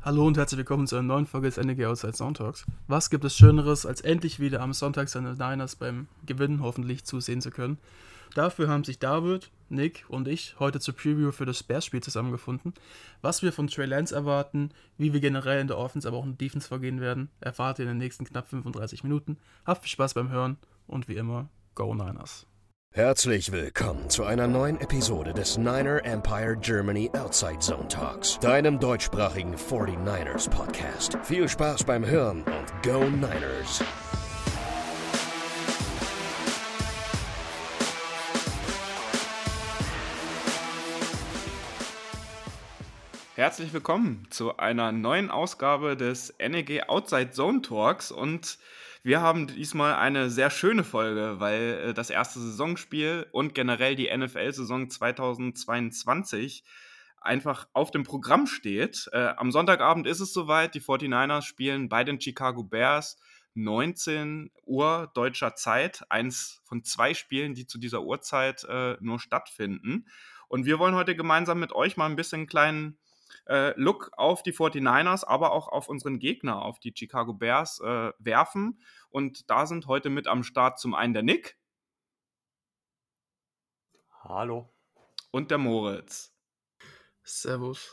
Hallo und herzlich willkommen zu einer neuen Folge des NEG Outside Zone Talks. Was gibt es Schöneres, als endlich wieder am Sonntag seine Niners beim Gewinnen hoffentlich zusehen zu können? Dafür haben sich David, Nick und ich heute zur Preview für das Bears-Spiel zusammengefunden. Was wir von Trey Lance erwarten, wie wir generell in der Offense, aber auch in der Defense vorgehen werden, erfahrt ihr in den nächsten knapp 35 Minuten. Habt viel Spaß beim Hören und wie immer, Go Niners! Herzlich willkommen zu einer neuen Episode des Niner Empire Germany Outside Zone Talks, deinem deutschsprachigen 49ers Podcast. Viel Spaß beim Hören und Go Niners! Herzlich willkommen zu einer neuen Ausgabe des NEG Outside Zone Talks und wir haben diesmal eine sehr schöne Folge, weil das erste Saisonspiel und generell die NFL-Saison 2022 einfach auf dem Programm steht. Am Sonntagabend ist es soweit, die 49ers spielen bei den Chicago Bears, 19 Uhr deutscher Zeit, eins von 2 Spielen, die zu dieser Uhrzeit nur stattfinden. Und wir wollen heute gemeinsam mit euch mal ein bisschen einen kleinen Look auf die 49ers, aber auch auf unseren Gegner, auf die Chicago Bears werfen. Und da sind heute mit am Start zum einen der Nick. Hallo. Und der Moritz. Servus.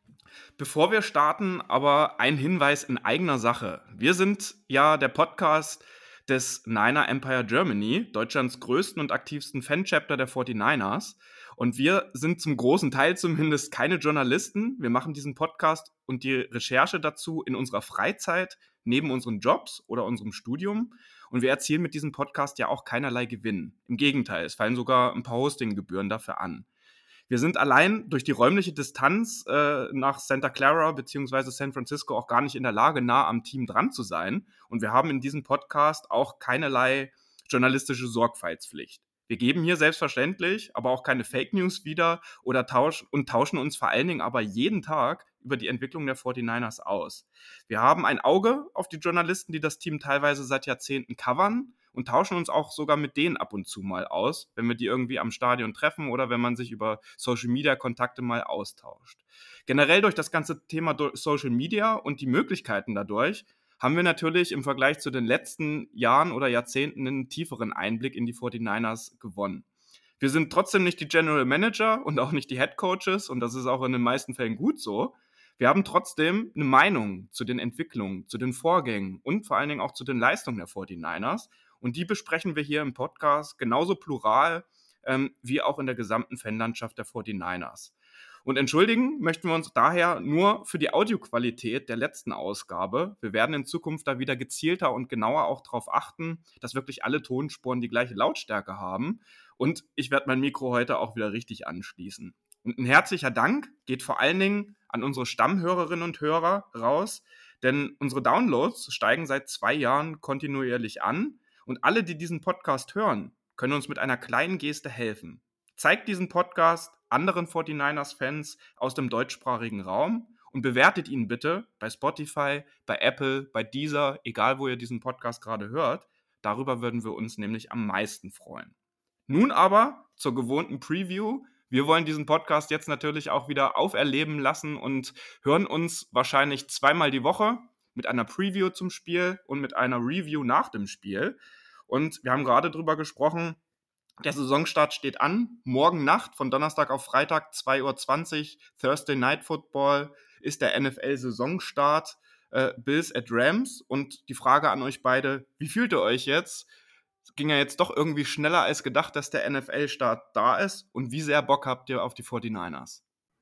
Bevor wir starten, aber ein Hinweis in eigener Sache. Wir sind ja der Podcast des Niner Empire Germany, Deutschlands größten und aktivsten Fanchapter der 49ers. Und wir sind zum großen Teil zumindest keine Journalisten. Wir machen diesen Podcast und die Recherche dazu in unserer Freizeit, neben unseren Jobs oder unserem Studium. Und wir erzielen mit diesem Podcast ja auch keinerlei Gewinn. Im Gegenteil, es fallen sogar ein paar Hostinggebühren dafür an. Wir sind allein durch die räumliche Distanz nach Santa Clara bzw. San Francisco auch gar nicht in der Lage, nah am Team dran zu sein. Und wir haben in diesem Podcast auch keinerlei journalistische Sorgfaltspflicht. Wir geben hier selbstverständlich aber auch keine Fake News wieder oder tauschen uns vor allen Dingen aber jeden Tag über die Entwicklung der 49ers aus. Wir haben ein Auge auf die Journalisten, die das Team teilweise seit Jahrzehnten covern und tauschen uns auch sogar mit denen ab und zu mal aus, wenn wir die irgendwie am Stadion treffen oder wenn man sich über Social-Media-Kontakte mal austauscht. Generell durch das ganze Thema Social Media und die Möglichkeiten dadurch haben wir natürlich im Vergleich zu den letzten Jahren oder Jahrzehnten einen tieferen Einblick in die 49ers gewonnen. Wir sind trotzdem nicht die General Manager und auch nicht die Head Coaches und das ist auch in den meisten Fällen gut so. Wir haben trotzdem eine Meinung zu den Entwicklungen, zu den Vorgängen und vor allen Dingen auch zu den Leistungen der 49ers. Und die besprechen wir hier im Podcast genauso plural wie auch in der gesamten Fanlandschaft der 49ers. Und entschuldigen möchten wir uns daher nur für die Audioqualität der letzten Ausgabe. Wir werden in Zukunft da wieder gezielter und genauer auch darauf achten, dass wirklich alle Tonspuren die gleiche Lautstärke haben. Und ich werde mein Mikro heute auch wieder richtig anschließen. Und ein herzlicher Dank geht vor allen Dingen an unsere Stammhörerinnen und Hörer raus, denn unsere Downloads steigen seit 2 Jahren kontinuierlich an. Und alle, die diesen Podcast hören, können uns mit einer kleinen Geste helfen. Zeigt diesen Podcast anderen 49ers-Fans aus dem deutschsprachigen Raum und bewertet ihn bitte bei Spotify, bei Apple, bei Deezer, egal wo ihr diesen Podcast gerade hört. Darüber würden wir uns nämlich am meisten freuen. Nun aber zur gewohnten Preview. Wir wollen diesen Podcast jetzt natürlich auch wieder auferleben lassen und hören uns wahrscheinlich 2-mal die Woche mit einer Preview zum Spiel und mit einer Review nach dem Spiel. Und wir haben gerade drüber gesprochen, der Saisonstart steht an. Morgen Nacht, von Donnerstag auf Freitag, 2:20 Uhr, Thursday Night Football, ist der NFL-Saisonstart. Bills at Rams. Und die Frage an euch beide, wie fühlt ihr euch jetzt? Es ging ja jetzt doch irgendwie schneller als gedacht, dass der NFL-Start da ist. Und wie sehr Bock habt ihr auf die 49ers?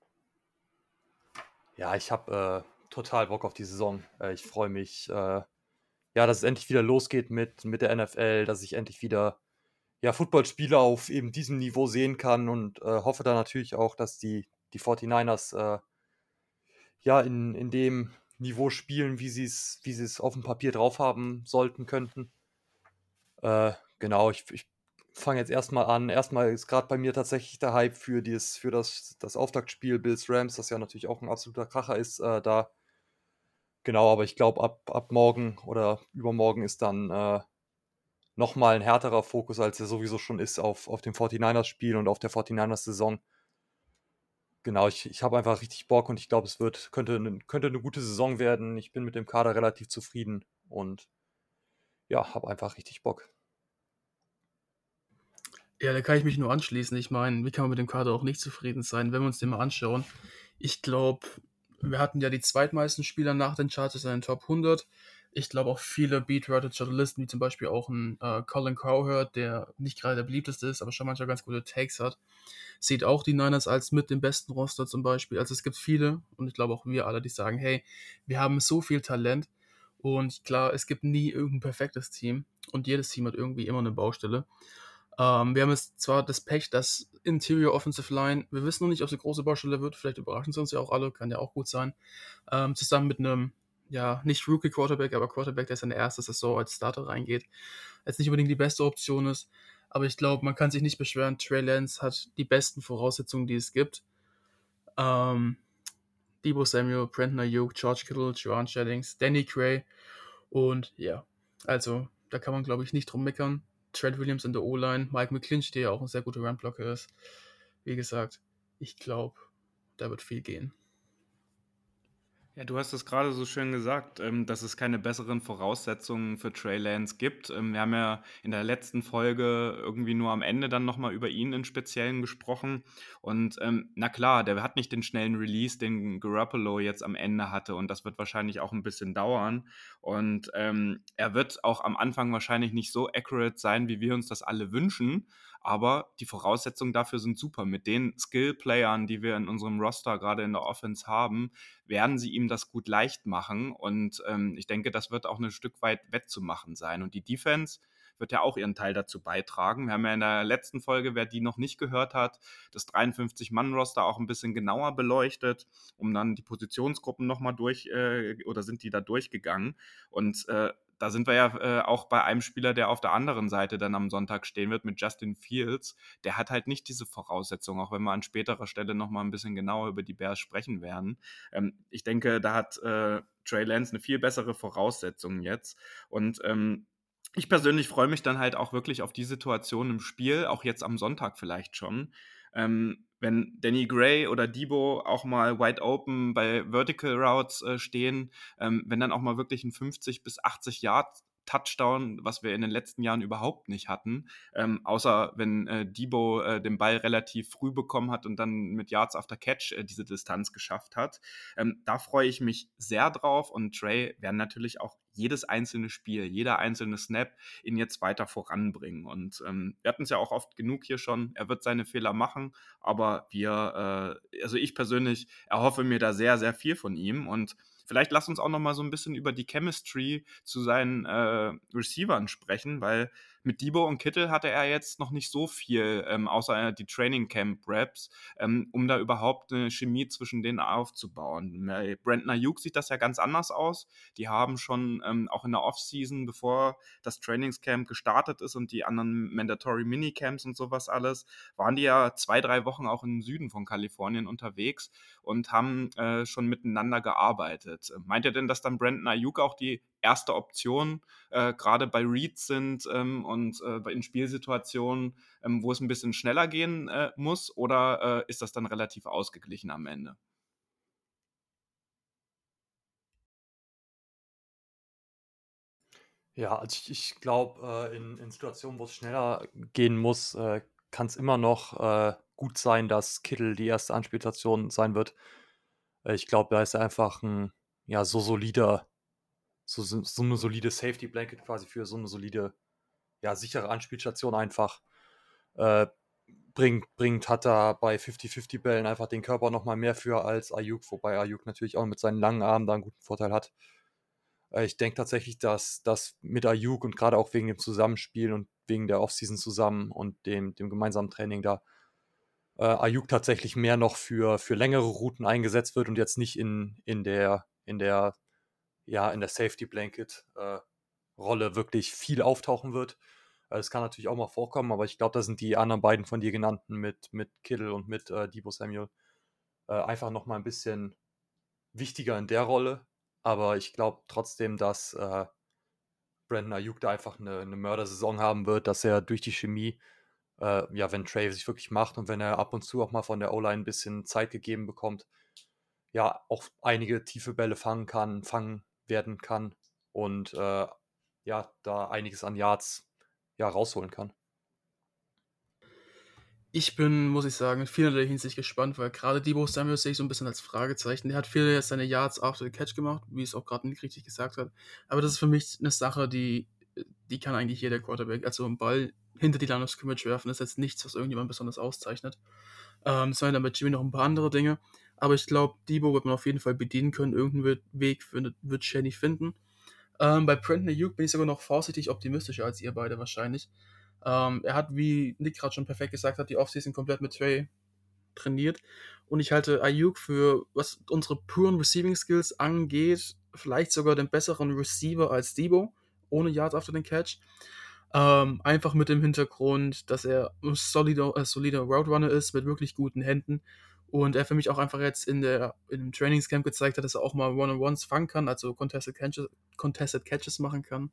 Ja, ich habe total Bock auf die Saison. Ich freue mich, dass es endlich wieder losgeht mit der NFL, dass ich endlich wieder Footballspiele auf eben diesem Niveau sehen kann und hoffe dann natürlich auch, dass die 49ers in dem Niveau spielen, wie sie es auf dem Papier drauf haben sollten könnten. Genau, ich fange jetzt erstmal an. Erstmal ist gerade bei mir tatsächlich der Hype für das Auftaktspiel Bills Rams, das ja natürlich auch ein absoluter Kracher ist, da. Genau, aber ich glaube, ab morgen oder übermorgen ist dann nochmal ein härterer Fokus, als er sowieso schon ist auf dem 49ers-Spiel und auf der 49ers-Saison. Genau, ich habe einfach richtig Bock und ich glaube, könnte eine gute Saison werden. Ich bin mit dem Kader relativ zufrieden und ja, habe einfach richtig Bock. Ja, da kann ich mich nur anschließen. Ich meine, wie kann man mit dem Kader auch nicht zufrieden sein, wenn wir uns den mal anschauen? Ich glaube, wir hatten ja die zweitmeisten Spieler nach den Chargers in den Top 100. Ich glaube auch viele Beatwriter-Journalisten, wie zum Beispiel auch ein Colin Cowherd, der nicht gerade der beliebteste ist, aber schon manchmal ganz gute Takes hat, sieht auch die Niners als mit dem besten Roster zum Beispiel. Also es gibt viele und ich glaube auch wir alle, die sagen, hey, wir haben so viel Talent und klar, es gibt nie irgendein perfektes Team und jedes Team hat irgendwie immer eine Baustelle. Wir haben jetzt zwar das Pech, dass Interior Offensive Line, wir wissen noch nicht, ob sie große Baustelle wird, vielleicht überraschen sie uns ja auch alle, kann ja auch gut sein. Zusammen mit einem, ja, nicht Rookie Quarterback, aber Quarterback, der seine erste Saison als Starter reingeht, jetzt nicht unbedingt die beste Option ist. Aber ich glaube, man kann sich nicht beschweren. Trey Lance hat die besten Voraussetzungen, die es gibt. Ähm, Deebo Samuel, Brandon Ayuk, George Kittle, Joanne Jennings, Danny Gray und ja, also da kann man glaube ich nicht drum meckern. Trent Williams in der O-Line, Mike McClinch, der ja auch ein sehr guter Runblocker ist. Wie gesagt, ich glaube, da wird viel gehen. Ja, du hast es gerade so schön gesagt, dass es keine besseren Voraussetzungen für Trey Lance gibt. Wir haben ja in der letzten Folge irgendwie nur am Ende dann nochmal über ihn im Speziellen gesprochen. Und na klar, der hat nicht den schnellen Release, den Garoppolo jetzt am Ende hatte. Und das wird wahrscheinlich auch ein bisschen dauern. Und er wird auch am Anfang wahrscheinlich nicht so accurate sein, wie wir uns das alle wünschen. Aber die Voraussetzungen dafür sind super. Mit den Skill-Playern, die wir in unserem Roster gerade in der Offense haben, werden sie ihm das gut leicht machen. Und ich denke, das wird auch ein Stück weit wettzumachen sein. Und die Defense wird ja auch ihren Teil dazu beitragen. Wir haben ja in der letzten Folge, wer die noch nicht gehört hat, das 53-Mann-Roster auch ein bisschen genauer beleuchtet, um dann die Positionsgruppen nochmal oder sind die da durchgegangen. Und da sind wir ja auch bei einem Spieler, der auf der anderen Seite dann am Sonntag stehen wird, mit Justin Fields. Der hat halt nicht diese Voraussetzungen, auch wenn wir an späterer Stelle nochmal ein bisschen genauer über die Bears sprechen werden. Ich denke, da hat Trey Lance eine viel bessere Voraussetzung jetzt. Und ich persönlich freue mich dann halt auch wirklich auf die Situation im Spiel, auch jetzt am Sonntag vielleicht schon. Wenn Danny Gray oder Deebo auch mal wide open bei Vertical Routes stehen, wenn dann auch mal wirklich ein 50 bis 80 Yard Touchdown, was wir in den letzten Jahren überhaupt nicht hatten, außer wenn Deebo den Ball relativ früh bekommen hat und dann mit Yards after Catch diese Distanz geschafft hat. Da freue ich mich sehr drauf und Trey werden natürlich auch jedes einzelne Spiel, jeder einzelne Snap ihn jetzt weiter voranbringen. Und wir hatten es ja auch oft genug hier schon, er wird seine Fehler machen, aber also ich persönlich erhoffe mir da sehr, sehr viel von ihm und vielleicht lass uns auch noch mal so ein bisschen über die Chemistry zu seinen Receivern sprechen, weil mit Deebo und Kittle hatte er jetzt noch nicht so viel, außer die Training Camp Reps, um da überhaupt eine Chemie zwischen denen aufzubauen. Bei Brandon Ayuk sieht das ja ganz anders aus. Die haben schon auch in der Offseason, bevor das Trainingscamp gestartet ist und die anderen Mandatory Minicamps und sowas alles, waren die ja 2-3 Wochen auch im Süden von Kalifornien unterwegs und haben schon miteinander gearbeitet. Meint ihr denn, dass dann Brandon Ayuk auch die erste Option gerade bei Reads sind und in Spielsituationen, wo es ein bisschen schneller gehen muss? Oder ist das dann relativ ausgeglichen am Ende? Ja, also ich glaube, in Situationen, wo es schneller gehen muss, kann es immer noch gut sein, dass Kittle die erste Anspielstation sein wird. Ich glaube, da ist er einfach ein ja, so eine solide Safety Blanket quasi für so eine solide, ja, sichere Anspielstation einfach. Äh, hat da bei 50-50 Bällen einfach den Körper nochmal mehr für als Ayuk, wobei Ayuk natürlich auch mit seinen langen Armen da einen guten Vorteil hat. Ich denke tatsächlich, dass das mit Ayuk und gerade auch wegen dem Zusammenspiel und wegen der Offseason zusammen und dem gemeinsamen Training da Ayuk tatsächlich mehr noch für längere Routen eingesetzt wird und jetzt nicht in der Safety Blanket Rolle wirklich viel auftauchen wird. Das kann natürlich auch mal vorkommen, aber ich glaube, da sind die anderen beiden von dir genannten mit Kittle und mit Deebo Samuel einfach nochmal ein bisschen wichtiger in der Rolle. Aber ich glaube trotzdem, dass Brandon Ayuk da einfach eine Mördersaison haben wird, dass er durch die Chemie ja, wenn Trey sich wirklich macht und wenn er ab und zu auch mal von der O-Line ein bisschen Zeit gegeben bekommt, ja, auch einige tiefe Bälle fangen werden kann und ja, da einiges an Yards ja rausholen kann. Ich bin, muss ich sagen, in vielerlei Hinsicht gespannt, weil gerade Deebo Samuel sehe ich so ein bisschen als Fragezeichen. Der hat viele jetzt seine Yards after the catch gemacht, wie es auch gerade Nick richtig gesagt hat. Aber das ist für mich eine Sache, die kann eigentlich jeder Quarterback. Also einen Ball hinter die Line of Scrimmage werfen, das ist jetzt nichts, was irgendjemand besonders auszeichnet. Es waren dann bei Jimmy noch ein paar andere Dinge. Aber ich glaube, Deebo wird man auf jeden Fall bedienen können. Irgendeinen Weg wird Shanny finden. Bei Brandon Ayuk bin ich sogar noch vorsichtig optimistischer als ihr beide wahrscheinlich. Er hat, wie Nick gerade schon perfekt gesagt hat, die Offseason komplett mit Trey trainiert. Und ich halte Ayuk für, was unsere puren Receiving Skills angeht, vielleicht sogar den besseren Receiver als Debo, ohne Yards after den Catch. Einfach mit dem Hintergrund, dass er ein solider Route Runner ist, mit wirklich guten Händen. Und er für mich auch einfach jetzt in dem Trainingscamp gezeigt hat, dass er auch mal One-on-Ones fangen kann, also Contested Catches machen kann.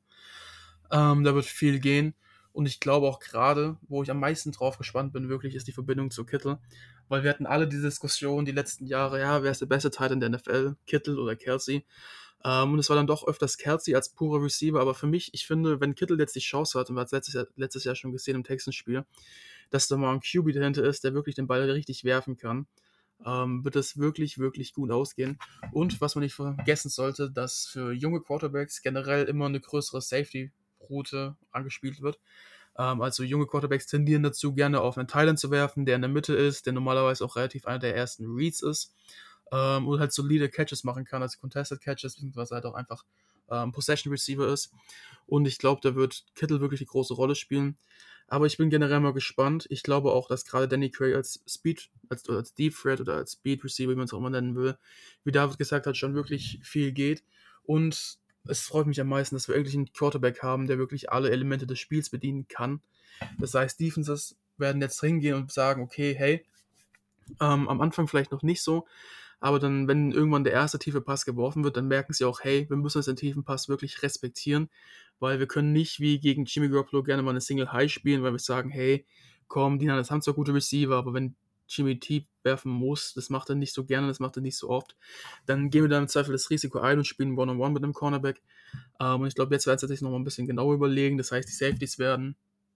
Da wird viel gehen. Und ich glaube auch gerade, wo ich am meisten drauf gespannt bin, wirklich, ist die Verbindung zu Kittle. Weil wir hatten alle die Diskussion die letzten Jahre, ja, wer ist der beste Tight End der NFL, Kittle oder Kelsey? Und es war dann doch öfters Kelsey als purer Receiver, aber für mich, ich finde, wenn Kittle jetzt die Chance hat, und wir haben es letztes Jahr schon gesehen im Texans-Spiel, dass da mal ein QB dahinter ist, der wirklich den Ball richtig werfen kann, wird es wirklich, wirklich gut ausgehen. Und was man nicht vergessen sollte, dass für junge Quarterbacks generell immer eine größere Safety-Route angespielt wird. Also junge Quarterbacks tendieren dazu, gerne auf einen Tight End zu werfen, der in der Mitte ist, der normalerweise auch relativ einer der ersten Reads ist. Und halt solide Catches machen kann, also Contested Catches, beziehungsweise halt auch einfach Possession Receiver ist. Und ich glaube, da wird Kittle wirklich eine große Rolle spielen. Aber ich bin generell mal gespannt. Ich glaube auch, dass gerade Danny Gray als Deep Threat oder als Speed Receiver, wie man es auch immer nennen will, wie David gesagt hat, schon wirklich viel geht. Und es freut mich am meisten, dass wir eigentlich einen Quarterback haben, der wirklich alle Elemente des Spiels bedienen kann. Das heißt, Defenses werden jetzt hingehen und sagen, okay, hey, am Anfang vielleicht noch nicht so, aber dann, wenn irgendwann der erste tiefe Pass geworfen wird, dann merken sie auch, hey, wir müssen den tiefen Pass wirklich respektieren, weil wir können nicht wie gegen Jimmy Garoppolo gerne mal eine Single High spielen, weil wir sagen, hey, komm, die haben zwar gute Receiver, aber wenn Jimmy tief werfen muss, das macht er nicht so gerne, das macht er nicht so oft, dann gehen wir da im Zweifel das Risiko ein und spielen One-on-One mit einem Cornerback. Und ich glaube, jetzt werden sie sich nochmal ein bisschen genauer überlegen, das heißt, die Safeties werden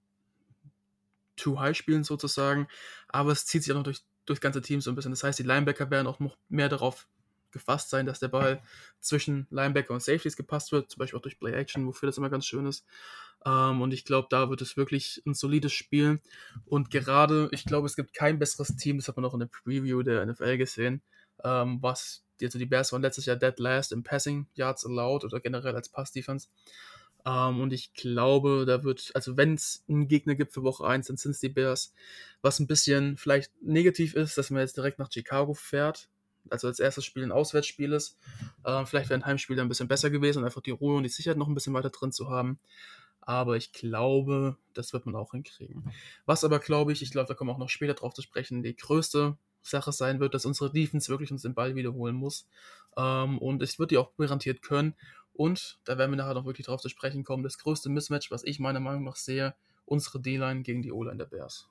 Too High spielen sozusagen, aber es zieht sich auch noch durch ganze Teams so ein bisschen. Das heißt, die Linebacker werden auch noch mehr darauf gefasst sein, dass der Ball zwischen Linebacker und Safeties gepasst wird, zum Beispiel auch durch Play-Action, wofür das immer ganz schön ist. Und ich glaube, da wird es wirklich ein solides Spiel. Und ich glaube, es gibt kein besseres Team, das hat man auch in der Preview der NFL gesehen, also die Bears waren letztes Jahr dead last im Passing Yards allowed oder generell als Pass-Defense. Und ich glaube, also wenn es einen Gegner gibt für Woche 1, dann sind es die Bears. Was ein bisschen vielleicht negativ ist, dass man jetzt direkt nach Chicago fährt. Also als erstes Spiel ein Auswärtsspiel ist. Vielleicht wäre ein Heimspiel dann ein bisschen besser gewesen und einfach die Ruhe und die Sicherheit noch ein bisschen weiter drin zu haben. Aber ich glaube, das wird man auch hinkriegen. Was aber, ich glaube, da kommen wir auch noch später drauf zu sprechen, die größte Sache sein wird, dass unsere Defense wirklich uns den Ball wiederholen muss. Und es wird die auch garantiert können. Und da werden wir nachher noch wirklich drauf zu sprechen kommen. Das größte Mismatch, was ich meiner Meinung nach sehe, unsere D-Line gegen die O-Line der Bears.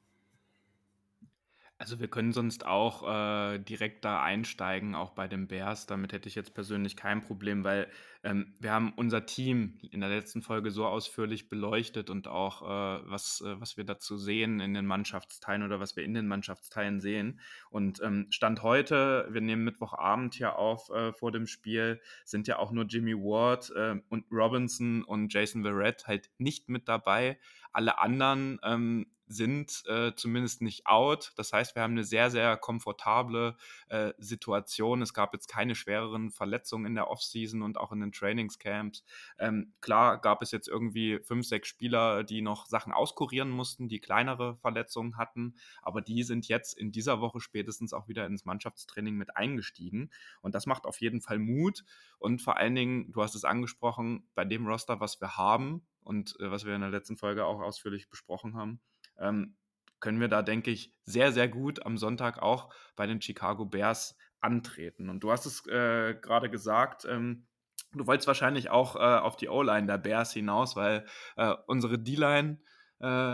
Also wir können sonst auch direkt da einsteigen, auch bei den Bears. Damit hätte ich jetzt persönlich kein Problem, weil wir haben unser Team in der letzten Folge so ausführlich beleuchtet und auch was wir dazu sehen in den Mannschaftsteilen oder was wir in den Mannschaftsteilen sehen. Und Stand heute, wir nehmen Mittwochabend hier auf vor dem Spiel, sind ja auch nur Jimmy Ward und Robinson und Jason Verrett halt nicht mit dabei. Alle anderen sind zumindest nicht out. Das heißt, wir haben eine sehr, sehr komfortable Situation. Es gab jetzt keine schwereren Verletzungen in der Offseason und auch in den Trainingscamps. Klar gab es jetzt irgendwie 5, 6 Spieler, die noch Sachen auskurieren mussten, die kleinere Verletzungen hatten, aber die sind jetzt in dieser Woche spätestens auch wieder ins Mannschaftstraining mit eingestiegen und das macht auf jeden Fall Mut und vor allen Dingen, du hast es angesprochen, bei dem Roster, was wir haben und was wir in der letzten Folge auch ausführlich besprochen haben, können wir da, denke ich, sehr, sehr gut am Sonntag auch bei den Chicago Bears antreten. Und du hast es gerade gesagt, du wolltest wahrscheinlich auch auf die O-Line der Bears hinaus, weil unsere D-Line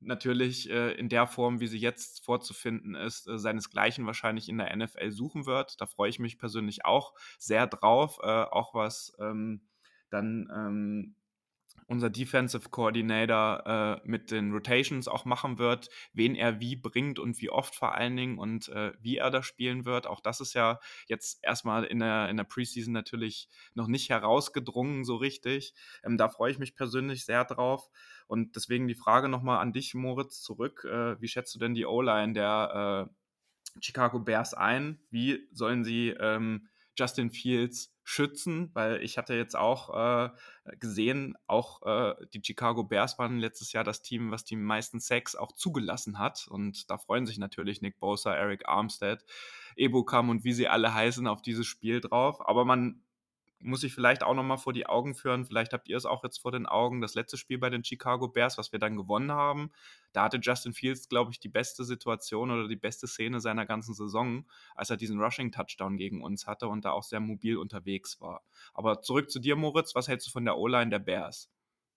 natürlich in der Form, wie sie jetzt vorzufinden ist, seinesgleichen wahrscheinlich in der NFL suchen wird. Da freue ich mich persönlich auch sehr drauf, auch was dann unser Defensive Coordinator mit den Rotations auch machen wird, wen er wie bringt und wie oft vor allen Dingen und wie er da spielen wird. Auch das ist ja jetzt erstmal in der Preseason natürlich noch nicht herausgedrungen so richtig. Da freue ich mich persönlich sehr drauf. Und deswegen die Frage nochmal an dich, Moritz, zurück. Wie schätzt du denn die O-Line der Chicago Bears ein? Wie sollen sie Justin Fields schützen? Weil ich hatte jetzt auch gesehen, auch die Chicago Bears waren letztes Jahr das Team, was die meisten Sacks auch zugelassen hat. Und da freuen sich natürlich Nick Bosa, Eric Armstead, Ebukam und wie sie alle heißen auf dieses Spiel drauf. Aber man muss ich vielleicht auch nochmal vor die Augen führen, vielleicht habt ihr es auch jetzt vor den Augen, das letzte Spiel bei den Chicago Bears, was wir dann gewonnen haben, da hatte Justin Fields, glaube ich, die beste Situation oder die beste Szene seiner ganzen Saison, als er diesen Rushing-Touchdown gegen uns hatte und da auch sehr mobil unterwegs war. Aber zurück zu dir, Moritz, was hältst du von der O-Line der Bears?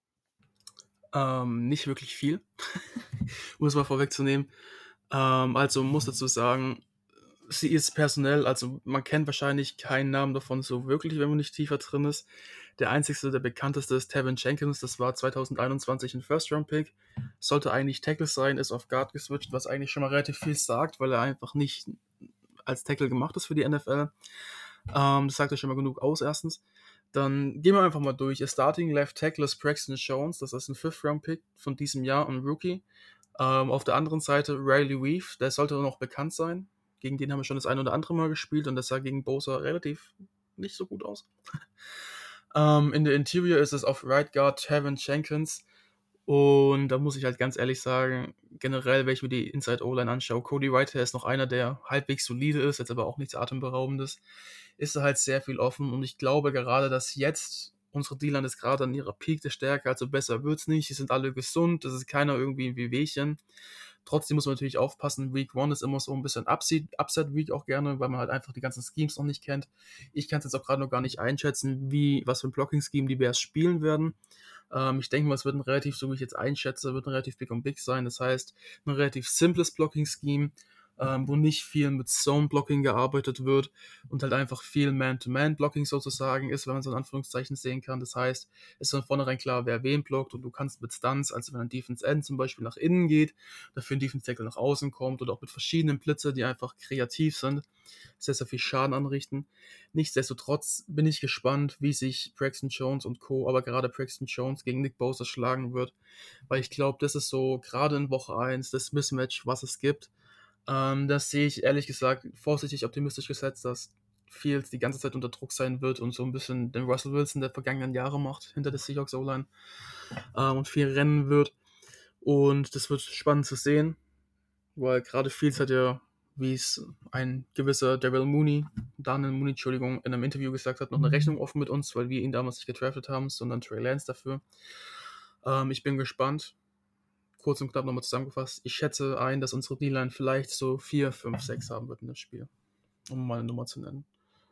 Nicht wirklich viel, um es mal vorwegzunehmen. Also muss dazu sagen, sie ist personell, also man kennt wahrscheinlich keinen Namen davon so wirklich, wenn man nicht tiefer drin ist. Der einzigste, der bekannteste ist Tevin Jenkins, das war 2021 ein First-Round-Pick. Sollte eigentlich Tackle sein, ist auf Guard geswitcht, was eigentlich schon mal relativ viel sagt, weil er einfach nicht als Tackle gemacht ist für die NFL. Das sagt ja schon mal genug aus, erstens. Dann gehen wir einfach mal durch. Ihr Starting Left Tackle ist Braxton Jones, das ist ein Fifth-Round-Pick von diesem Jahr, ein Rookie. Auf der anderen Seite Riley Weave, der sollte noch bekannt sein. Gegen den haben wir schon das ein oder andere Mal gespielt und das sah gegen Bosa relativ nicht so gut aus. In der Interior ist es auf Right Guard Tevin Jenkins. Und da muss ich halt ganz ehrlich sagen, generell, wenn ich mir die Inside O-Line anschaue, Cody Whitehair ist noch einer, der halbwegs solide ist, jetzt aber auch nichts Atemberaubendes, ist da halt sehr viel offen und ich glaube gerade, dass jetzt unsere D-Line ist gerade an ihrer Peak der Stärke, also besser wird's nicht, die sind alle gesund, das ist keiner irgendwie ein Wehwehchen. Trotzdem muss man natürlich aufpassen, Week 1 ist immer so ein bisschen Upset Week auch gerne, weil man halt einfach die ganzen Schemes noch nicht kennt. Ich kann es jetzt auch gerade noch gar nicht einschätzen, was für ein Blocking-Scheme die Bears spielen werden. Ich denke mal, es wird ein relativ, so wie ich jetzt einschätze, wird ein relativ big on big sein. Das heißt, ein relativ simples Blocking-Scheme, wo nicht viel mit Zone-Blocking gearbeitet wird und halt einfach viel Man-to-Man-Blocking sozusagen ist, wenn man so in Anführungszeichen sehen kann. Das heißt, es ist von vornherein klar, wer wen blockt und du kannst mit Stunts, also wenn ein Defense-End zum Beispiel nach innen geht, dafür ein Defense-Tackle nach außen kommt oder auch mit verschiedenen Blitzer, die einfach kreativ sind, sehr, sehr viel Schaden anrichten. Nichtsdestotrotz bin ich gespannt, wie sich Braxton Jones und Co., aber gerade Braxton Jones gegen Nick Bosa schlagen wird, weil ich glaube, das ist so gerade in Woche 1 das Mismatch, was es gibt. Das sehe ich ehrlich gesagt vorsichtig optimistisch gesetzt, dass Fields die ganze Zeit unter Druck sein wird und so ein bisschen den Russell Wilson der vergangenen Jahre macht hinter der Seahawks O-Line und viel rennen wird. Und das wird spannend zu sehen, weil gerade Fields hat ja, wie es ein gewisser Daniel Mooney, in einem Interview gesagt hat, noch eine Rechnung offen mit uns, weil wir ihn damals nicht gedraftet haben, sondern Trey Lance dafür. Ich bin gespannt. Kurz und knapp nochmal zusammengefasst. Ich schätze ein, dass unsere D-Line vielleicht so 4, 5, 6 haben wird in dem Spiel. Um mal eine Nummer zu nennen.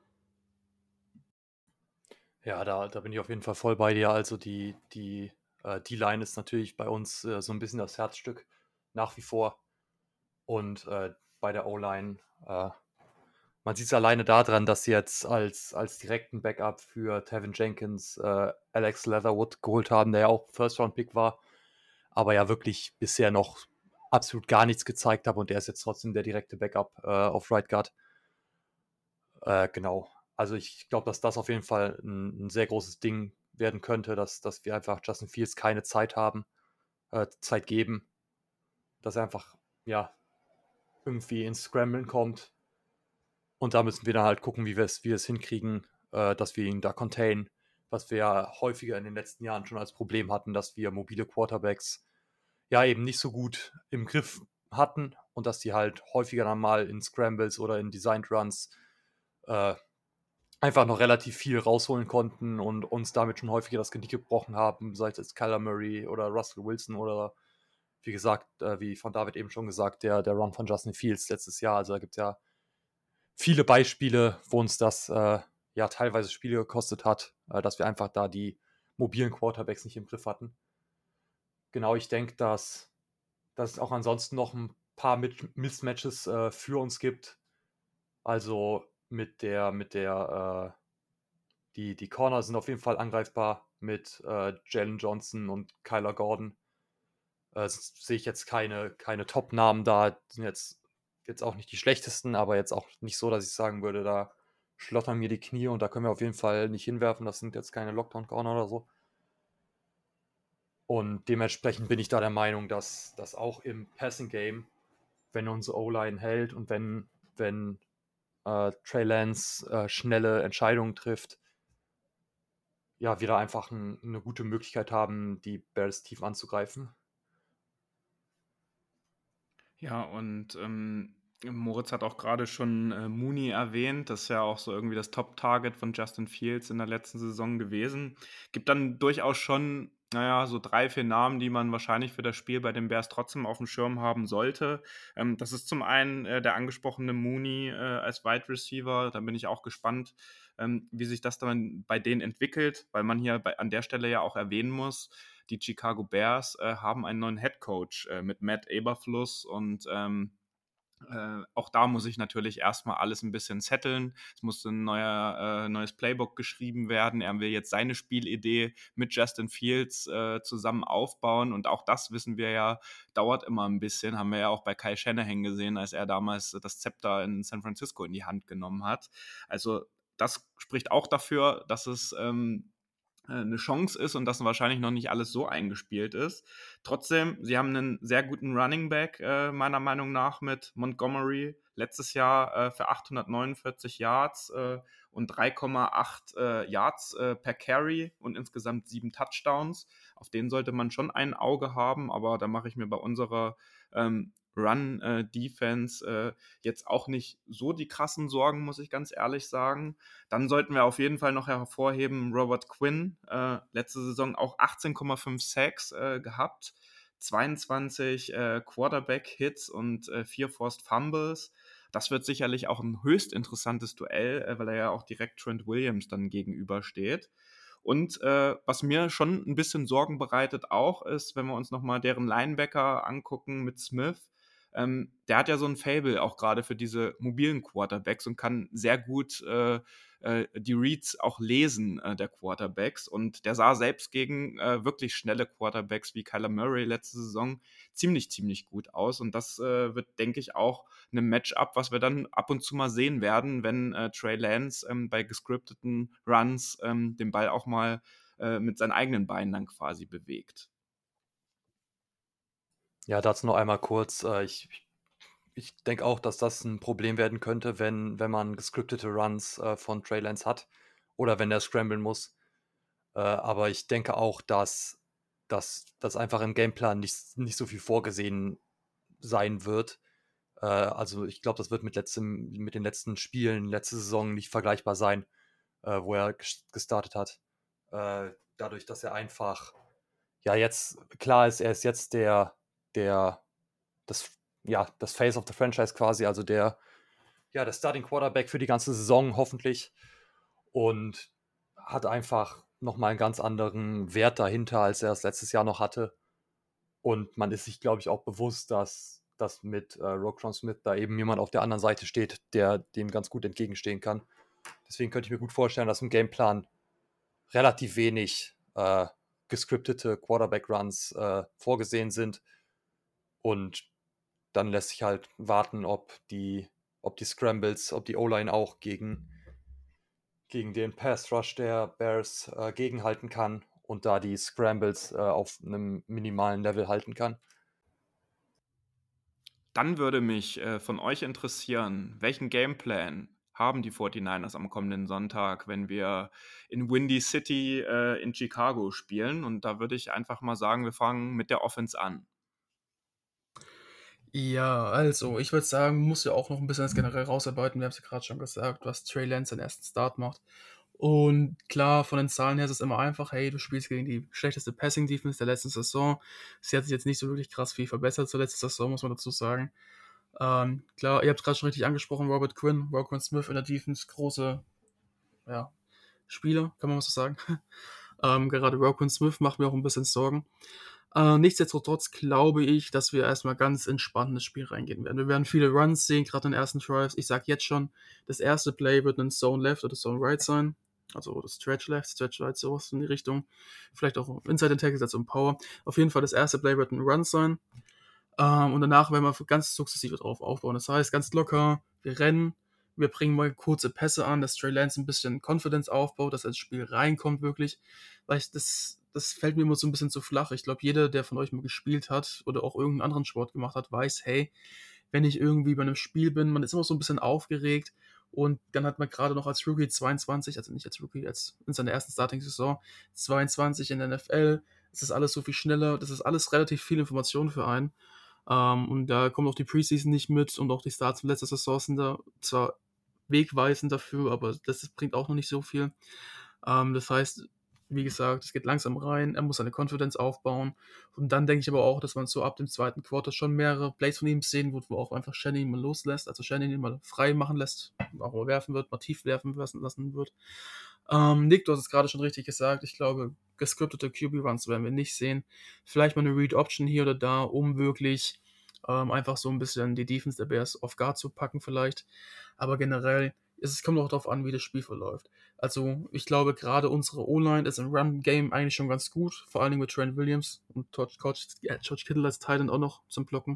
Ja, da bin ich auf jeden Fall voll bei dir. Also die D-Line ist natürlich bei uns so ein bisschen das Herzstück nach wie vor. Und bei der O-Line, man sieht es alleine daran, dass sie jetzt als direkten Backup für Tevin Jenkins Alex Leatherwood geholt haben, der ja auch First-Round-Pick war, aber ja wirklich bisher noch absolut gar nichts gezeigt hat und der ist jetzt trotzdem der direkte Backup auf Right Guard. Genau. Also ich glaube, dass das auf jeden Fall ein sehr großes Ding werden könnte, dass wir einfach Justin Fields keine Zeit geben, dass er einfach, ja, irgendwie ins Scramblen kommt. Und da müssen wir dann halt gucken, wie wir es hinkriegen, dass wir ihn da containen, was wir ja häufiger in den letzten Jahren schon als Problem hatten, dass wir mobile Quarterbacks ja eben nicht so gut im Griff hatten und dass die halt häufiger dann mal in Scrambles oder in Designed Runs einfach noch relativ viel rausholen konnten und uns damit schon häufiger das Genick gebrochen haben, sei es jetzt Kyler Murray oder Russell Wilson oder wie gesagt, wie von David eben schon gesagt, der Run von Justin Fields letztes Jahr. Also da gibt es ja viele Beispiele, wo uns das ja teilweise Spiele gekostet hat, dass wir einfach da die mobilen Quarterbacks nicht im Griff hatten. Genau, ich denke, dass dass es auch ansonsten noch ein paar Mismatches für uns gibt. Also die Corner sind auf jeden Fall angreifbar mit Jalen Johnson und Kyler Gordon. Sehe ich jetzt keine Top-Namen da. Sind jetzt auch nicht die schlechtesten, aber jetzt auch nicht so, dass ich sagen würde, da schlottern mir die Knie und da können wir auf jeden Fall nicht hinwerfen. Das sind jetzt keine Lockdown-Corner oder so. Und dementsprechend bin ich da der Meinung, dass das auch im Passing-Game, wenn unsere O-Line hält und wenn Trey Lance schnelle Entscheidungen trifft, ja, wir da einfach eine gute Möglichkeit haben, die Bears tief anzugreifen. Ja, und Moritz hat auch gerade schon Mooney erwähnt. Das ist ja auch so irgendwie das Top-Target von Justin Fields in der letzten Saison gewesen. Gibt dann durchaus schon, naja, so 3, 4 Namen, die man wahrscheinlich für das Spiel bei den Bears trotzdem auf dem Schirm haben sollte. Das ist zum einen der angesprochene Mooney als Wide Receiver. Da bin ich auch gespannt, wie sich das dann bei denen entwickelt, weil man hier an der Stelle ja auch erwähnen muss, die Chicago Bears haben einen neuen Head Coach mit Matt Eberfluss und auch da muss ich natürlich erstmal alles ein bisschen setteln. Es muss ein neues Playbook geschrieben werden. Er will jetzt seine Spielidee mit Justin Fields zusammen aufbauen. Und auch das wissen wir ja, dauert immer ein bisschen. Haben wir ja auch bei Kyle Shanahan gesehen, als er damals das Zepter in San Francisco in die Hand genommen hat. Also das spricht auch dafür, dass es eine Chance ist und dass wahrscheinlich noch nicht alles so eingespielt ist. Trotzdem, sie haben einen sehr guten Running Back, meiner Meinung nach, mit Montgomery. Letztes Jahr für 849 Yards und 3,8 Yards per Carry und insgesamt 7 Touchdowns. Auf den sollte man schon ein Auge haben, aber da mache ich mir bei unserer Run-Defense jetzt auch nicht so die krassen Sorgen, muss ich ganz ehrlich sagen. Dann sollten wir auf jeden Fall noch hervorheben, Robert Quinn, letzte Saison auch 18,5 Sacks gehabt, 22 Quarterback-Hits und 4 Forced Fumbles. Das wird sicherlich auch ein höchst interessantes Duell, weil er ja auch direkt Trent Williams dann gegenübersteht. Und was mir schon ein bisschen Sorgen bereitet auch ist, wenn wir uns nochmal deren Linebacker angucken mit Smith, der hat ja so ein Faible auch gerade für diese mobilen Quarterbacks und kann sehr gut die Reads auch lesen der Quarterbacks. Und der sah selbst gegen wirklich schnelle Quarterbacks wie Kyler Murray letzte Saison ziemlich gut aus. Und das wird, denke ich, auch ein Matchup, was wir dann ab und zu mal sehen werden, wenn Trey Lance bei gescripteten Runs den Ball auch mal mit seinen eigenen Beinen dann quasi bewegt. Ja, dazu noch einmal kurz. Ich denke auch, dass das ein Problem werden könnte, wenn man gescriptete Runs von Trey Lance hat oder wenn er scramblen muss. Aber ich denke auch, dass einfach im Gameplan nicht so viel vorgesehen sein wird. Also ich glaube, das wird mit den letzten Spielen, letzte Saison nicht vergleichbar sein, wo er gestartet hat. Dadurch, dass er einfach, ja, jetzt klar ist, er ist jetzt das Face of the Franchise quasi, also der Starting Quarterback für die ganze Saison hoffentlich und hat einfach nochmal einen ganz anderen Wert dahinter, als er es letztes Jahr noch hatte. Und man ist sich, glaube ich, auch bewusst, dass mit Roquan Smith da eben jemand auf der anderen Seite steht, der dem ganz gut entgegenstehen kann. Deswegen könnte ich mir gut vorstellen, dass im Gameplan relativ wenig gescriptete Quarterback-Runs vorgesehen sind. Und dann lässt sich halt warten, ob die Scrambles, ob die O-Line auch gegen den Pass-Rush der Bears gegenhalten kann und da die Scrambles auf einem minimalen Level halten kann. Dann würde mich von euch interessieren, welchen Gameplan haben die 49ers am kommenden Sonntag, wenn wir in Windy City in Chicago spielen? Und da würde ich einfach mal sagen, wir fangen mit der Offense an. Ja, also, ich würde sagen, man muss ja auch noch ein bisschen das generell rausarbeiten. Wir haben es ja gerade schon gesagt, was Trey Lance seinen ersten Start macht. Und klar, von den Zahlen her ist es immer einfach, hey, du spielst gegen die schlechteste Passing-Defense der letzten Saison. Sie hat sich jetzt nicht so wirklich krass viel verbessert zur letzten Saison, muss man dazu sagen. Klar, ihr habt es gerade schon richtig angesprochen, Roquan Smith in der Defense, große, ja, Spieler, kann man was so sagen. Gerade Roquan Smith macht mir auch ein bisschen Sorgen. Nichtsdestotrotz glaube ich, dass wir erstmal ganz entspannt in das Spiel reingehen werden. Wir werden viele Runs sehen, gerade in den ersten Drives. Ich sage jetzt schon, das erste Play wird ein Zone Left oder Zone Right sein. Also das Stretch Left, Stretch Right, sowas in die Richtung. Vielleicht auch Inside the Tackles, also im Power. Auf jeden Fall das erste Play wird ein Run sein. Und danach werden wir ganz sukzessive drauf aufbauen. Das heißt, ganz locker, wir rennen, wir bringen mal kurze Pässe an, dass Trey Lance ein bisschen Confidence aufbaut, dass er ins Spiel reinkommt wirklich. Weil das fällt mir immer so ein bisschen zu flach. Ich glaube, jeder, der von euch mal gespielt hat oder auch irgendeinen anderen Sport gemacht hat, weiß, hey, wenn ich irgendwie bei einem Spiel bin, man ist immer so ein bisschen aufgeregt und dann hat man gerade noch als Rookie 22, also nicht als Rookie, als in seiner ersten Starting-Saison, 22 in der NFL, es ist alles so viel schneller, das ist alles relativ viel Information für einen. Und da kommt auch die Preseason nicht mit und auch die Starts von letzter Saison sind da zwar wegweisend dafür, aber das bringt auch noch nicht so viel. Das heißt, wie gesagt, es geht langsam rein, er muss seine Confidence aufbauen und dann denke ich aber auch, dass man so ab dem zweiten Quarter schon mehrere Plays von ihm sehen wird, wo auch einfach Shannon ihn mal loslässt, also Shannon ihn mal frei machen lässt, auch mal werfen wird, mal tief werfen lassen wird. Nick, du hast es gerade schon richtig gesagt, ich glaube, gescriptete QB-Runs werden wir nicht sehen. Vielleicht mal eine Read-Option hier oder da, um wirklich einfach so ein bisschen die Defense der Bears auf Guard zu packen vielleicht. Aber generell, es kommt auch darauf an, wie das Spiel verläuft. Also ich glaube, gerade unsere O-Line ist im Run-Game eigentlich schon ganz gut, vor allen Dingen mit Trent Williams und George Kittle als Titan auch noch zum Blocken.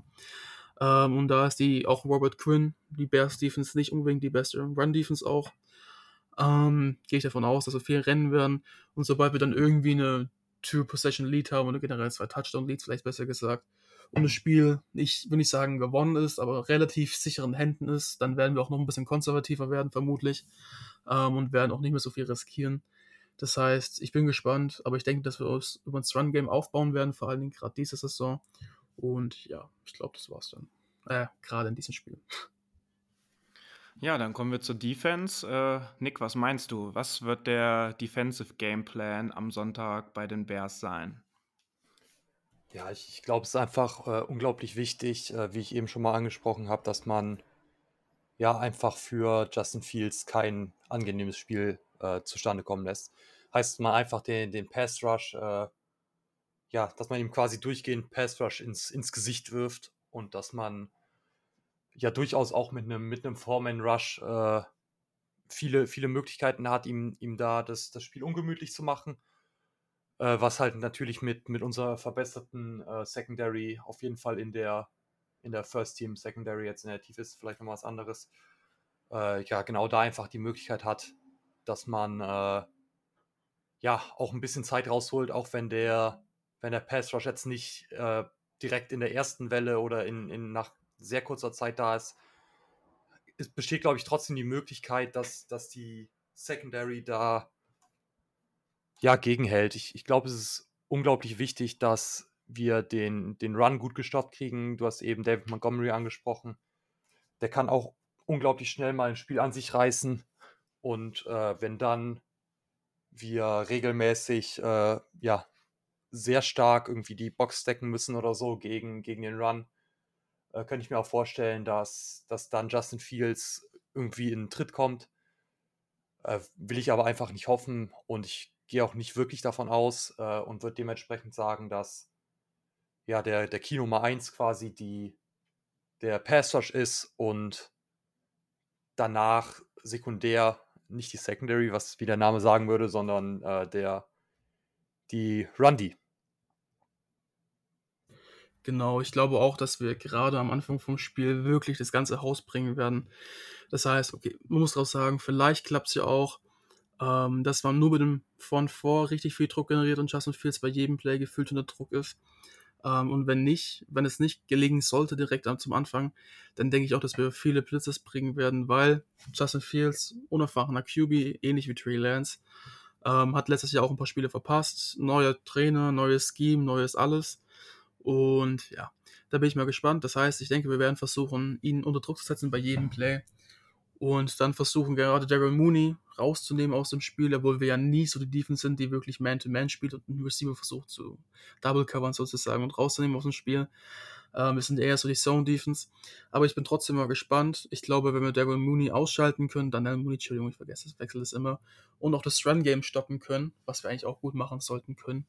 Und da ist auch Robert Quinn, die Bears-Defense, nicht unbedingt die beste Run-Defense auch. Gehe ich davon aus, dass wir viel rennen werden. Und sobald wir dann irgendwie eine Two-Possession-Lead haben oder generell 2 Touchdown-Leads, vielleicht besser gesagt, und das Spiel nicht, will nicht sagen gewonnen ist, aber relativ sicheren Händen ist, dann werden wir auch noch ein bisschen konservativer werden, vermutlich. Und werden auch nicht mehr so viel riskieren. Das heißt, ich bin gespannt, aber ich denke, dass wir uns über das Run-Game aufbauen werden, vor allen Dingen gerade diese Saison. Und ja, ich glaube, das war's dann. Gerade in diesem Spiel. Ja, dann kommen wir zur Defense. Nick, was meinst du? Was wird der Defensive Gameplan am Sonntag bei den Bears sein? Ja, ich glaube, es ist einfach unglaublich wichtig, wie ich eben schon mal angesprochen habe, dass man ja einfach für Justin Fields kein angenehmes Spiel zustande kommen lässt. Heißt, man einfach den Pass Rush, ja, dass man ihm quasi durchgehend Pass Rush ins Gesicht wirft und dass man ja durchaus auch mit einem Foreman Rush viele Möglichkeiten hat, ihm da das Spiel ungemütlich zu machen. Was halt natürlich mit unserer verbesserten Secondary auf jeden Fall in der First Team Secondary jetzt in der Tiefe ist vielleicht noch was anderes. Ja, genau da einfach die Möglichkeit hat, dass man ja auch ein bisschen Zeit rausholt, auch wenn der Pass Rush jetzt nicht direkt in der ersten Welle oder nach sehr kurzer Zeit da ist. Es besteht, glaube ich, trotzdem die Möglichkeit, dass die Secondary da ja gegenhält. Ich glaube, es ist unglaublich wichtig, dass wir den Run gut gestoppt kriegen. Du hast eben David Montgomery angesprochen. Der kann auch unglaublich schnell mal ein Spiel an sich reißen. Und wenn dann wir regelmäßig ja, sehr stark irgendwie die Box stacken müssen oder so gegen den Run, könnte ich mir auch vorstellen, dass dann Justin Fields irgendwie in den Tritt kommt. Will ich aber einfach nicht hoffen und ich gehe auch nicht wirklich davon aus und würde dementsprechend sagen, dass ja der Key Nummer 1 quasi der Pass Rush ist und danach sekundär nicht die Secondary, was wie der Name sagen würde, sondern die Run-D. Genau, ich glaube auch, dass wir gerade am Anfang vom Spiel wirklich das ganze Haus bringen werden. Das heißt, okay, man muss draus sagen, vielleicht klappt es ja auch, dass man nur mit dem Front 4 richtig viel Druck generiert und Justin Fields bei jedem Play gefühlt unter Druck ist. Und wenn es nicht gelingen sollte direkt zum Anfang, dann denke ich auch, dass wir viele Blitzes bringen werden, weil Justin Fields, unerfahrener QB, ähnlich wie Trey Lance, hat letztes Jahr auch ein paar Spiele verpasst. Neuer Trainer, neues Scheme, neues alles. Und ja, da bin ich mal gespannt. Das heißt, ich denke, wir werden versuchen, ihn unter Druck zu setzen bei jedem Play. Und dann versuchen gerade Daryl Mooney rauszunehmen aus dem Spiel, obwohl wir ja nie so die Defense sind, die wirklich Man-to-Man spielt und einen Receiver versucht zu double-covern sozusagen und rauszunehmen aus dem Spiel. Wir sind eher so die Zone-Defense. Aber ich bin trotzdem mal gespannt. Ich glaube, wenn wir Daryl Mooney ausschalten können, dann Mooney, Entschuldigung, ich vergesse das, wechsel das immer, und auch das Run-Game stoppen können, was wir eigentlich auch gut machen sollten können,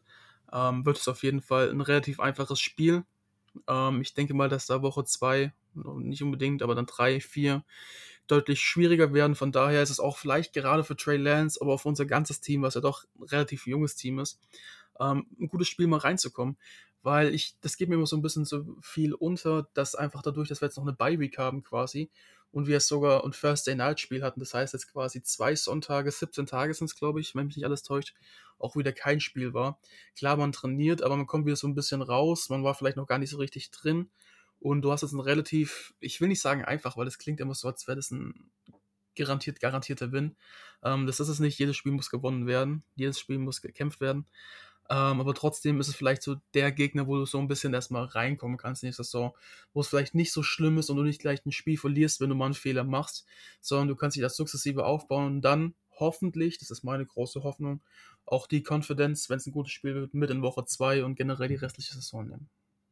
wird es auf jeden Fall ein relativ einfaches Spiel. Ich denke mal, dass da Woche 2, nicht unbedingt, aber dann 3, 4 deutlich schwieriger werden. Von daher ist es auch vielleicht gerade für Trey Lance, aber auch für unser ganzes Team, was ja doch ein relativ junges Team ist, ein gutes Spiel mal reinzukommen. Weil das geht mir immer so ein bisschen so viel unter, dass einfach dadurch, dass wir jetzt noch eine Bye-Week haben quasi und wir es sogar ein Thursday-Night-Spiel hatten, das heißt jetzt quasi 2 Sonntage, 17 Tage sind es, glaube ich, wenn mich nicht alles täuscht, auch wieder kein Spiel war. Klar, man trainiert, aber man kommt wieder so ein bisschen raus, man war vielleicht noch gar nicht so richtig drin und du hast jetzt ein relativ, ich will nicht sagen einfach, weil das klingt immer so, als wäre das ein garantierter Win. Das ist es nicht, jedes Spiel muss gewonnen werden, jedes Spiel muss gekämpft werden. Aber trotzdem ist es vielleicht so der Gegner, wo du so ein bisschen erstmal reinkommen kannst in die Saison, wo es vielleicht nicht so schlimm ist und du nicht gleich ein Spiel verlierst, wenn du mal einen Fehler machst, sondern du kannst dich das sukzessive aufbauen und dann hoffentlich, das ist meine große Hoffnung, auch die Confidence, wenn es ein gutes Spiel wird, mit in Woche 2 und generell die restliche Saison nehmen.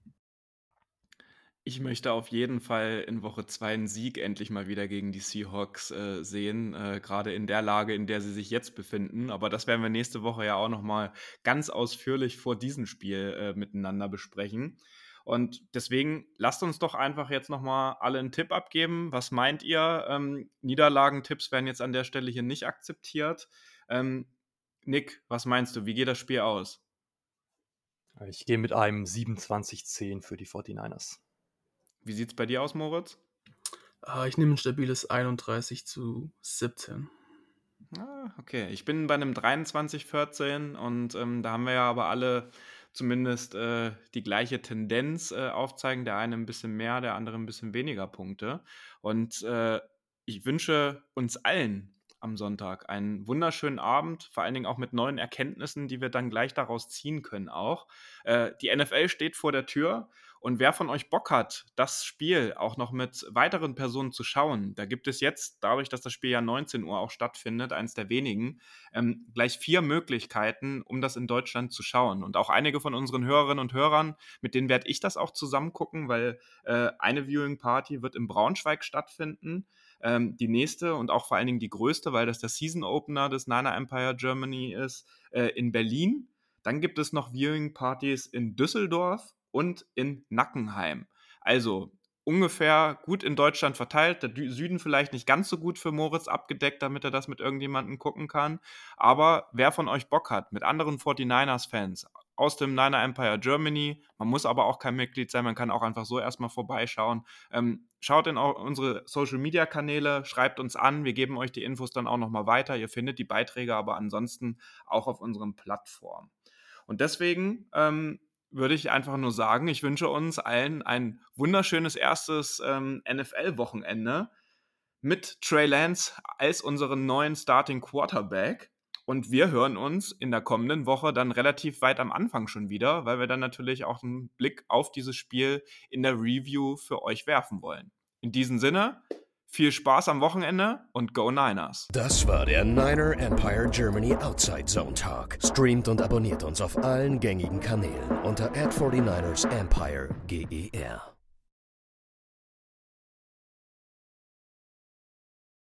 Ich möchte auf jeden Fall in Woche 2 einen Sieg endlich mal wieder gegen die Seahawks sehen, gerade in der Lage, in der sie sich jetzt befinden. Aber das werden wir nächste Woche ja auch nochmal ganz ausführlich vor diesem Spiel miteinander besprechen. Und deswegen lasst uns doch einfach jetzt nochmal alle einen Tipp abgeben. Was meint ihr? Niederlagentipps werden jetzt an der Stelle hier nicht akzeptiert. Nick, was meinst du? Wie geht das Spiel aus? Ich gehe mit einem 27-10 für die 49ers. Wie sieht es bei dir aus, Moritz? Ich nehme ein stabiles 31-17. Okay, ich bin bei einem 23-14 und da haben wir ja aber alle zumindest die gleiche Tendenz aufzeigen. Der eine ein bisschen mehr, der andere ein bisschen weniger Punkte. Und ich wünsche uns allen am Sonntag einen wunderschönen Abend, vor allen Dingen auch mit neuen Erkenntnissen, die wir dann gleich daraus ziehen können auch. Die NFL steht vor der Tür. Und wer von euch Bock hat, das Spiel auch noch mit weiteren Personen zu schauen, da gibt es jetzt, dadurch, dass das Spiel ja 19 Uhr auch stattfindet, eins der wenigen, gleich 4 Möglichkeiten, um das in Deutschland zu schauen. Und auch einige von unseren Hörerinnen und Hörern, mit denen werde ich das auch zusammen gucken, weil eine Viewing Party wird in Braunschweig stattfinden. Die nächste und auch vor allen Dingen die größte, weil das der Season Opener des Niner Empire Germany ist, in Berlin. Dann gibt es noch Viewing Partys in Düsseldorf und in Nackenheim. Also ungefähr gut in Deutschland verteilt. Der Süden vielleicht nicht ganz so gut für Moritz abgedeckt, damit er das mit irgendjemandem gucken kann. Aber wer von euch Bock hat, mit anderen 49ers-Fans aus dem Niner Empire Germany, man muss aber auch kein Mitglied sein, man kann auch einfach so erstmal vorbeischauen. Schaut in unsere Social-Media-Kanäle, schreibt uns an, wir geben euch die Infos dann auch nochmal weiter. Ihr findet die Beiträge aber ansonsten auch auf unseren Plattformen. Und deswegen würde ich einfach nur sagen, ich wünsche uns allen ein wunderschönes erstes NFL-Wochenende mit Trey Lance als unseren neuen Starting Quarterback. Und wir hören uns in der kommenden Woche dann relativ weit am Anfang schon wieder, weil wir dann natürlich auch einen Blick auf dieses Spiel in der Review für euch werfen wollen. In diesem Sinne, viel Spaß am Wochenende und Go Niners! Das war der Niner Empire Germany Outside Zone Talk. Streamt und abonniert uns auf allen gängigen Kanälen unter @49ersEmpireGER.